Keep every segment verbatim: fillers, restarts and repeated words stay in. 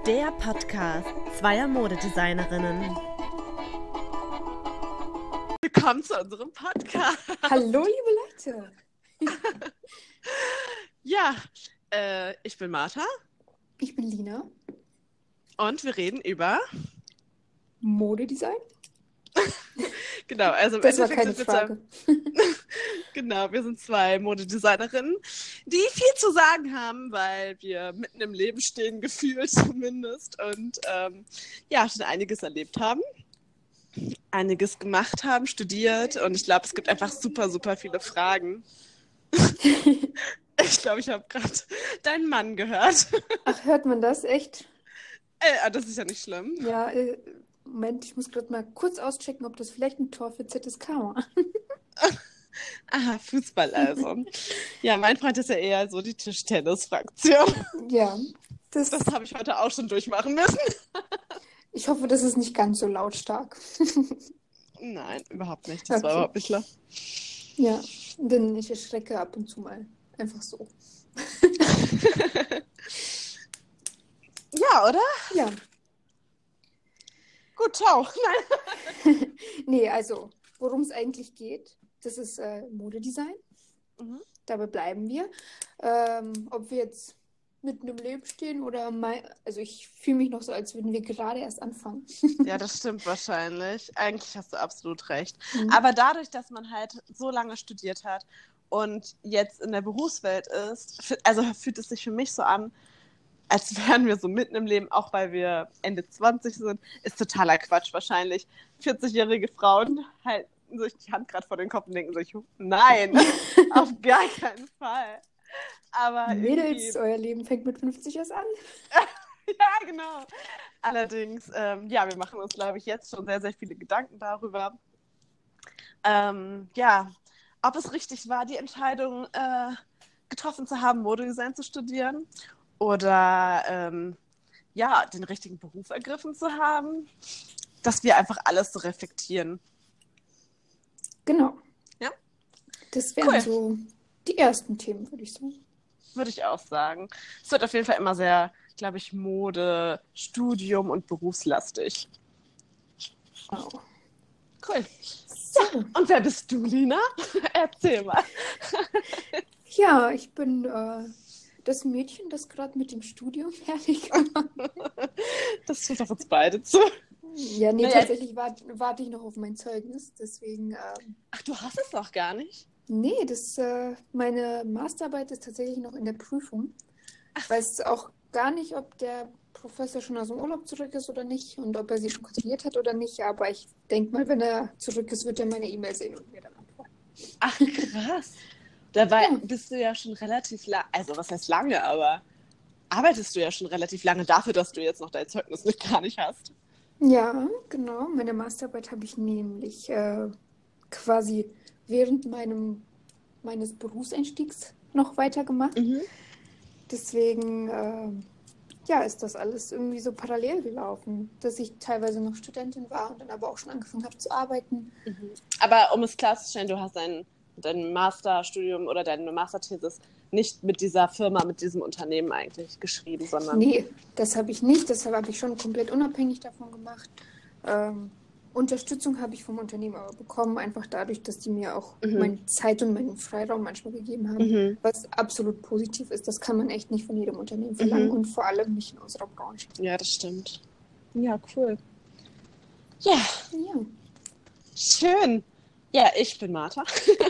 Der Podcast zweier Modedesignerinnen. Willkommen zu unserem Podcast. Hallo, liebe Leute. Ja, äh, ich bin Martha. Ich bin Lina. Und wir reden über Modedesign. Genau, also im das war Endeffekt keine sind wir Frage. zwei, genau, wir sind zwei Modedesignerinnen, die viel zu sagen haben, weil wir mitten im Leben stehen, gefühlt zumindest, und ähm, ja, schon einiges erlebt haben, einiges gemacht haben, studiert, und ich glaube, es gibt einfach super, super viele Fragen. Ich glaube, ich habe gerade deinen Mann gehört. Ach, hört man das? Echt? Äh, das ist ja nicht schlimm. Ja, äh, Moment, ich muss gerade mal kurz auschecken, ob das vielleicht ein Tor für Z S K war. Aha, Fußball also. Ja, mein Freund ist ja eher so die Tischtennis-Fraktion. Ja. Das, das habe ich heute auch schon durchmachen müssen. Ich hoffe, das ist nicht ganz so lautstark. Nein, überhaupt nicht. Das okay. war überhaupt nicht laut. Ja, denn ich erschrecke ab und zu mal. Einfach so. Ja, oder? Ja. Gut, ciao. Nein. Nee, also, worum es eigentlich geht, das ist äh, Modedesign. Mhm. Dabei bleiben wir. Ähm, ob wir jetzt mitten im Leben stehen oder mal, also ich fühle mich noch so, als würden wir gerade erst anfangen. Ja, das stimmt wahrscheinlich. Eigentlich hast du absolut recht. Mhm. Aber dadurch, dass man halt so lange studiert hat und jetzt in der Berufswelt ist, also fühlt es sich für mich so an, als wären wir so mitten im Leben, auch weil wir Ende zwanzig sind, ist totaler Quatsch wahrscheinlich. vierzigjährige Frauen halten sich die Hand gerade vor den Kopf und denken sich, nein, auf gar keinen Fall. Aber Mädels, irgendwie... euer Leben fängt mit fünfzig erst an. Ja, genau. Allerdings, ähm, ja, wir machen uns, glaube ich, jetzt schon sehr, sehr viele Gedanken darüber. Ähm, ja, ob es richtig war, die Entscheidung äh, getroffen zu haben, Modedesign zu studieren. Oder ähm, ja, den richtigen Beruf ergriffen zu haben, dass wir einfach alles so reflektieren. Genau. Ja? Das wären cool. so die ersten Themen, würde ich sagen. Würde ich auch sagen. Es wird auf jeden Fall immer sehr, glaube ich, Mode, Studium und berufslastig. Wow. Cool. So. Ja, und wer bist du, Lina? Erzähl mal. Ja, ich bin... Äh... das Mädchen, das gerade mit dem Studium fertig war. Das tut doch uns beide zu. Ja, nee, naja. Tatsächlich warte, warte ich noch auf mein Zeugnis, deswegen... Ähm, Ach, du hast es noch gar nicht? Nee, das, äh, meine Masterarbeit ist tatsächlich noch in der Prüfung. Ich weiß auch gar nicht, ob der Professor schon aus dem Urlaub zurück ist oder nicht und ob er sie schon kontrolliert hat oder nicht, aber ich denke mal, wenn er zurück ist, wird er meine E-Mail sehen und mir dann antworten. Ach, krass. Dabei ja. Bist du ja schon relativ lange, also was heißt lange, aber arbeitest du ja schon relativ lange dafür, dass du jetzt noch dein Zeugnis nicht gar nicht hast. Ja, genau. Meine Masterarbeit habe ich nämlich äh, quasi während meinem, meines Berufseinstiegs noch weitergemacht. Mhm. Deswegen äh, ja, ist das alles irgendwie so parallel gelaufen, dass ich teilweise noch Studentin war und dann aber auch schon angefangen habe zu arbeiten. Mhm. Aber um es klarzustellen, du hast ein dein Masterstudium oder deine Masterthesis nicht mit dieser Firma, mit diesem Unternehmen eigentlich geschrieben, sondern... Nee, das habe ich nicht. Das habe ich schon komplett unabhängig davon gemacht. Ähm, Unterstützung habe ich vom Unternehmen aber bekommen, einfach dadurch, dass die mir auch mhm. meine Zeit und meinen Freiraum manchmal gegeben haben, mhm. was absolut positiv ist. Das kann man echt nicht von jedem Unternehmen verlangen mhm. und vor allem nicht in unserer Branche. Ja, das stimmt. Ja, cool. Ja. Ja. Schön. Ja, ich bin Martha.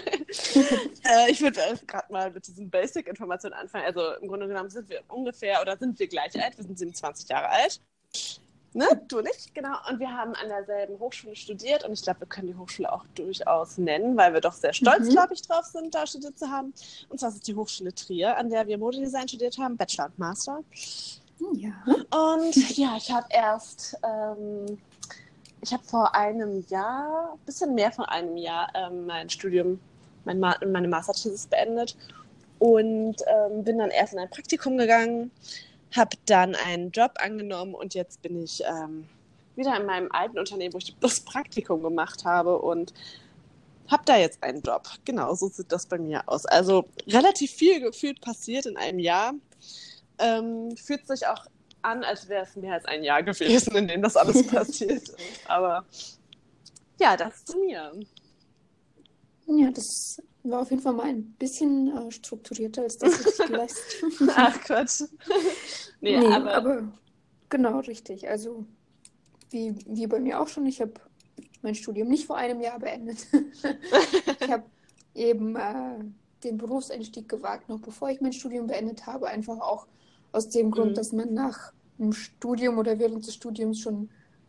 äh, ich würde äh, gerade mal mit diesen Basic-Informationen anfangen. Also im Grunde genommen sind wir ungefähr oder sind wir gleich alt. Wir sind siebenundzwanzig Jahre alt. Ne? Du nicht? Genau. Und wir haben an derselben Hochschule studiert. Und ich glaube, wir können die Hochschule auch durchaus nennen, weil wir doch sehr stolz, mhm. glaube ich, drauf sind, da studiert zu haben. Und zwar ist es die Hochschule Trier, an der wir Modedesign studiert haben, Bachelor und Master. Ja. Und ja, ich habe erst... Ähm, Ich habe vor einem Jahr, ein bisschen mehr von einem Jahr, ähm, mein Studium, mein Ma- meine Masterthesis beendet und ähm, bin dann erst in ein Praktikum gegangen, habe dann einen Job angenommen und jetzt bin ich ähm, wieder in meinem alten Unternehmen, wo ich das Praktikum gemacht habe und habe da jetzt einen Job. Genau, so sieht das bei mir aus. Also relativ viel gefühlt passiert in einem Jahr. Ähm, fühlt sich auch an, als wäre es mehr als ein Jahr gewesen, in dem das alles passiert ist. Aber ja, das zu mir. Ja, das war auf jeden Fall mal ein bisschen äh, strukturierter als das, was ich geleistet habe. Ach Quatsch. nee, Nee, aber, aber genau richtig. Also wie, wie bei mir auch schon, ich habe mein Studium nicht vor einem Jahr beendet. Ich habe eben äh, den Berufseinstieg gewagt, noch bevor ich mein Studium beendet habe, einfach auch aus dem Grund, Mhm. dass man nach einem Studium oder während des Studiums schon,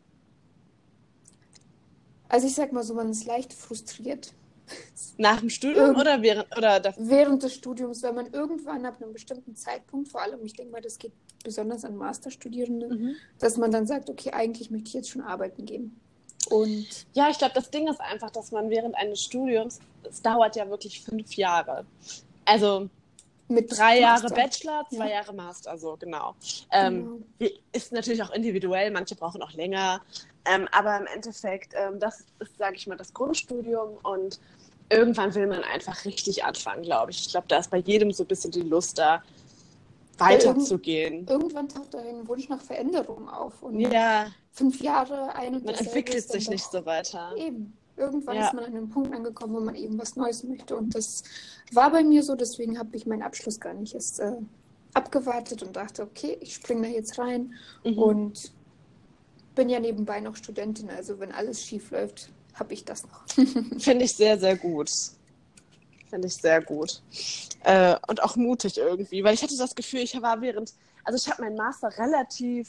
also ich sag mal so, man ist leicht frustriert. nach dem Studium Irgend- oder während oder davor? Während des Studiums, wenn man irgendwann ab einem bestimmten Zeitpunkt, vor allem, ich denke mal, das geht besonders an Masterstudierende, Mhm. dass man dann sagt, okay, eigentlich möchte ich jetzt schon arbeiten gehen. Und Ja, ich glaube, das Ding ist einfach, dass man während eines Studiums, es dauert ja wirklich fünf Jahre. Also mit drei Jahre Master. Bachelor, zwei Ja. Jahre Master, so genau. Ähm, Genau. wie- Ist natürlich auch individuell, manche brauchen auch länger. Ähm, aber im Endeffekt, ähm, das ist, sage ich mal, das Grundstudium und irgendwann will man einfach richtig anfangen, glaube ich. Ich glaube, da ist bei jedem so ein bisschen die Lust da, weiterzugehen. Irgendwann taucht da ein Wunsch nach Veränderung auf. Und Ja, fünf Jahre ein und man dasselbe entwickelt ist dann sich nicht doch so weiter. eben. Irgendwann Ja. ist man an einem Punkt angekommen, wo man eben was Neues möchte. Und das war bei mir so, deswegen habe ich meinen Abschluss gar nicht erst äh, abgewartet und dachte, okay, ich springe da jetzt rein Mhm. und bin ja nebenbei noch Studentin. Also wenn alles schief läuft, habe ich das noch. Finde ich sehr, sehr gut. Finde ich sehr gut. Äh, und auch mutig irgendwie, weil ich hatte das Gefühl, ich war während, also ich habe meinen Master relativ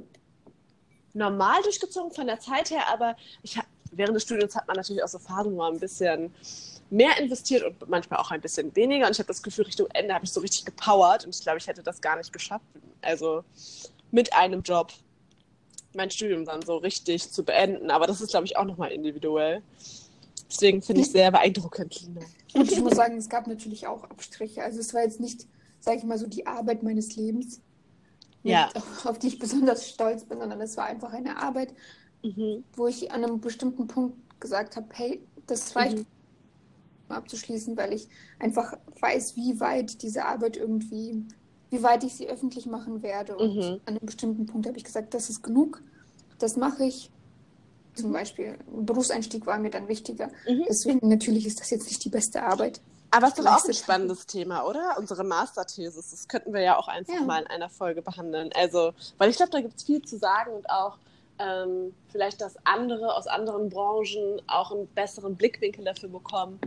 normal durchgezogen von der Zeit her, aber ich hab, während des Studiums hat man natürlich auch so Phasen, wo man ein bisschen mehr investiert und manchmal auch ein bisschen weniger. Und ich habe das Gefühl, Richtung Ende habe ich so richtig gepowert und ich glaube, ich hätte das gar nicht geschafft, also mit einem Job mein Studium dann so richtig zu beenden. Aber das ist, glaube ich, auch nochmal individuell. Deswegen finde ich sehr beeindruckend, Lina. Und ich muss sagen, es gab natürlich auch Abstriche. Also es war jetzt nicht, sage ich mal so, die Arbeit meines Lebens, mit, Ja. auf, auf die ich besonders stolz bin, sondern es war einfach eine Arbeit, Mhm. wo ich an einem bestimmten Punkt gesagt habe, hey, das reicht, Mhm. um abzuschließen, weil ich einfach weiß, wie weit diese Arbeit irgendwie, wie weit ich sie öffentlich machen werde. Und Mhm. an einem bestimmten Punkt habe ich gesagt, das ist genug, das mache ich. Zum Mhm. Beispiel ein Berufseinstieg war mir dann wichtiger. Mhm. Deswegen natürlich ist das jetzt nicht die beste Arbeit. Aber es ist doch auch ein geleistet spannendes Thema, oder? Unsere Masterthesis. Das könnten wir ja auch einfach Ja. mal in einer Folge behandeln. Also, weil ich glaube, da gibt es viel zu sagen und auch ähm, vielleicht, dass andere aus anderen Branchen auch einen besseren Blickwinkel dafür bekommen.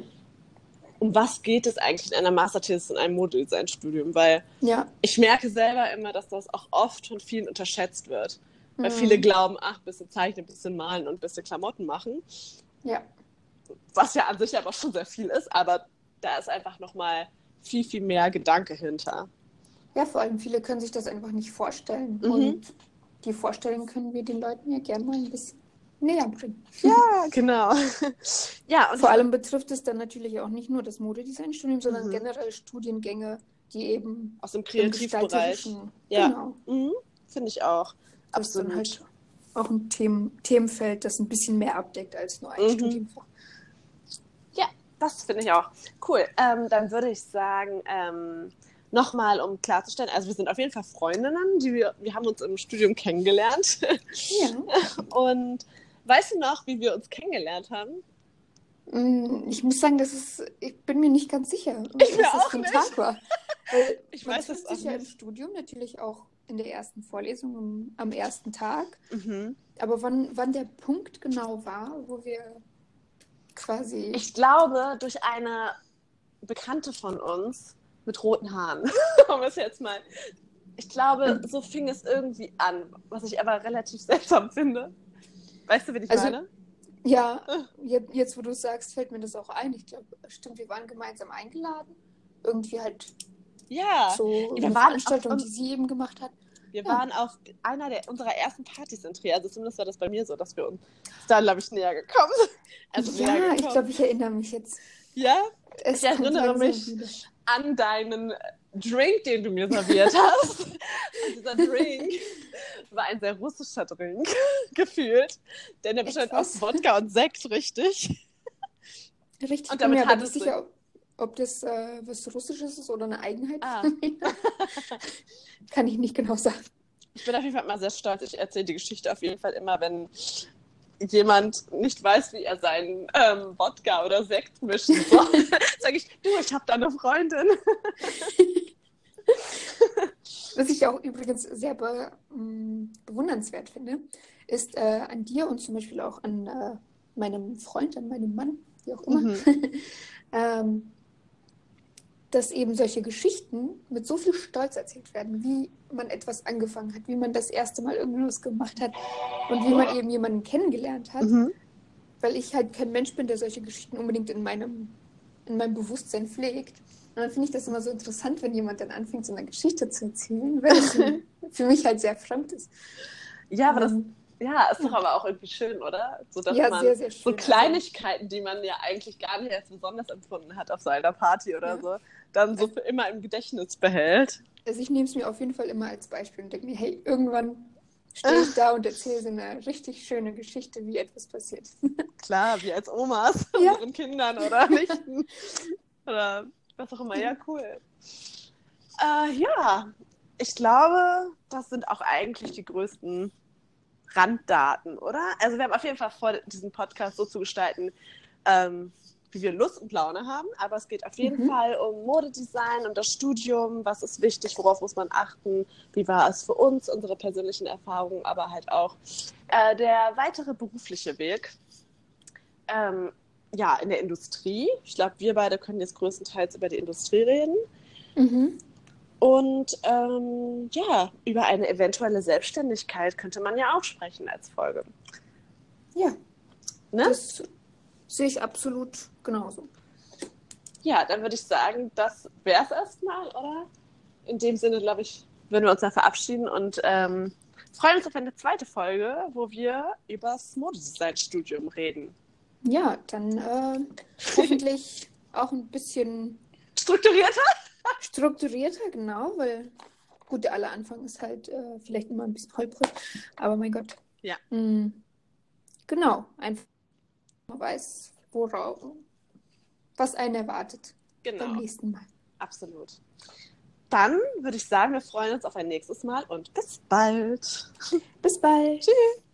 Um was geht es eigentlich in einer Masterthesis in einem Modedesign-Studium? Weil Ja, ich merke selber immer, dass das auch oft von vielen unterschätzt wird. Weil Mhm. viele glauben, ach, ein bisschen zeichnen, ein bisschen malen und ein bisschen Klamotten machen. ja. Was ja an sich aber schon sehr viel ist, aber da ist einfach nochmal viel, viel mehr Gedanke hinter. Ja, vor allem viele können sich das einfach nicht vorstellen. Mhm. Und die Vorstellung können wir den Leuten ja gerne mal ein bisschen näher bringen. Ja, genau. Ja, und Vor allem betrifft es dann natürlich auch nicht nur das Modedesign-Studium, sondern Mhm. generell Studiengänge, die eben aus dem im Kreativbereich. gestalterischen, Ja. genau, Mhm. Finde ich auch. das ist dann Absolut. halt auch ein Themen, Themenfeld, das ein bisschen mehr abdeckt als nur ein Mhm. Studienfach. Ja, das finde ich auch. Cool. Ähm, dann würde ich sagen, ähm, nochmal, um klarzustellen, also wir sind auf jeden Fall Freundinnen, die wir, wir haben uns im Studium kennengelernt. Ja. Und weißt du noch, wie wir uns kennengelernt haben? Mm, Ich muss sagen, das ist, ich bin mir nicht ganz sicher, Ich mir was das auch für ein nicht. Tag war. Weil Ich man weiß es trifft auch sich ja im nicht. Studium natürlich auch in der ersten Vorlesung am, am ersten Tag. Mhm. Aber wann, wann der Punkt genau war, wo wir quasi. Ich glaube, durch eine Bekannte von uns mit roten Haaren. um es jetzt mal. Ich glaube, so fing es irgendwie an, was ich aber relativ seltsam finde. Weißt du, wen ich Also- meine? Ja, je- jetzt wo du es sagst, fällt mir das auch ein. Ich glaube, stimmt, wir waren gemeinsam eingeladen. Irgendwie halt Ja. so wir eine waren Veranstaltung, auf- die sie eben gemacht hat. Wir Ja. waren auf einer der, unserer ersten Partys in Trier. Also zumindest war das bei mir so, dass wir uns da, glaube ich, näher gekommen sind. Also näher Ja, ich gekommen. glaube, ich erinnere mich jetzt. Ja? Es Ich kommt erinnere langsam mich wieder. an deinen Drink, den du mir serviert hast. Und dieser Drink war ein sehr russischer Drink, gefühlt. Denn der bestand Etwas. aus Wodka und Sekt, richtig? Richtig, Und ich bin damit mir aber hat nicht es sicher, ob, ob das äh, was Russisches ist oder eine Eigenheit. Ah. Kann ich nicht genau sagen. Ich bin auf jeden Fall immer sehr stolz. Ich erzähle die Geschichte auf jeden Fall immer, wenn jemand nicht weiß, wie er seinen ähm, Wodka oder Sekt mischen soll. Sage ich, du, ich habe da eine Freundin. Was ich auch übrigens sehr be, mh, bewundernswert finde, ist äh, an dir und zum Beispiel auch an äh, meinem Freund, an meinem Mann, wie auch immer, Mhm. ähm, dass eben solche Geschichten mit so viel Stolz erzählt werden, wie man etwas angefangen hat, wie man das erste Mal irgendwas gemacht hat und wie man eben jemanden kennengelernt hat, Mhm. weil ich halt kein Mensch bin, der solche Geschichten unbedingt in meinem, in meinem Bewusstsein pflegt. Und dann finde ich das immer so interessant, wenn jemand dann anfängt, so eine Geschichte zu erzählen, weil es für, für mich halt sehr fremd ist. Ja, aber das Ähm, ja, ist ja. doch aber auch irgendwie schön, oder? So, dass Ja, man sehr, sehr so schön. Kleinigkeiten, die man ja eigentlich gar nicht als besonders empfunden hat auf so einer Party oder Ja. so, dann so Also- für immer im Gedächtnis behält. Also ich nehme es mir auf jeden Fall immer als Beispiel und denke mir, hey, irgendwann stehe ich da und erzähle so eine richtig schöne Geschichte, wie etwas passiert. Klar, wie als Omas, Ja. unseren Kindern oder Nichten. Oder was auch immer. Ja, cool. Äh, ja, ich glaube, das sind auch eigentlich die größten Randdaten, oder? Also wir haben auf jeden Fall vor, diesen Podcast so zu gestalten, ähm, wie wir Lust und Laune haben. Aber es geht auf jeden Mhm. Fall um Modedesign und das Studium. Was ist wichtig? Worauf muss man achten? Wie war es für uns? Unsere persönlichen Erfahrungen, aber halt auch äh, der weitere berufliche Weg. Ähm, ja, in der Industrie. Ich glaube, wir beide können jetzt größtenteils über die Industrie reden. Mhm. Und ähm, ja, über eine eventuelle Selbstständigkeit könnte man ja auch sprechen als Folge. Ja, Ne? das sehe ich absolut genauso. Ja, dann würde ich sagen, das wäre es erstmal, oder? In dem Sinne, glaube ich, würden wir uns da verabschieden und ähm, freuen uns auf eine zweite Folge, wo wir über das Modedesign-Studium reden. Ja, dann äh, hoffentlich auch ein bisschen Strukturierter? strukturierter, genau, weil gut, der aller Anfang ist halt äh, vielleicht immer ein bisschen holprig, aber mein Gott. Ja. Mm, genau, einfach man weiß, worauf, was einen erwartet beim Genau, nächsten Mal. absolut. Dann würde ich sagen, wir freuen uns auf ein nächstes Mal und bis bald. Bis bald. Tschüss.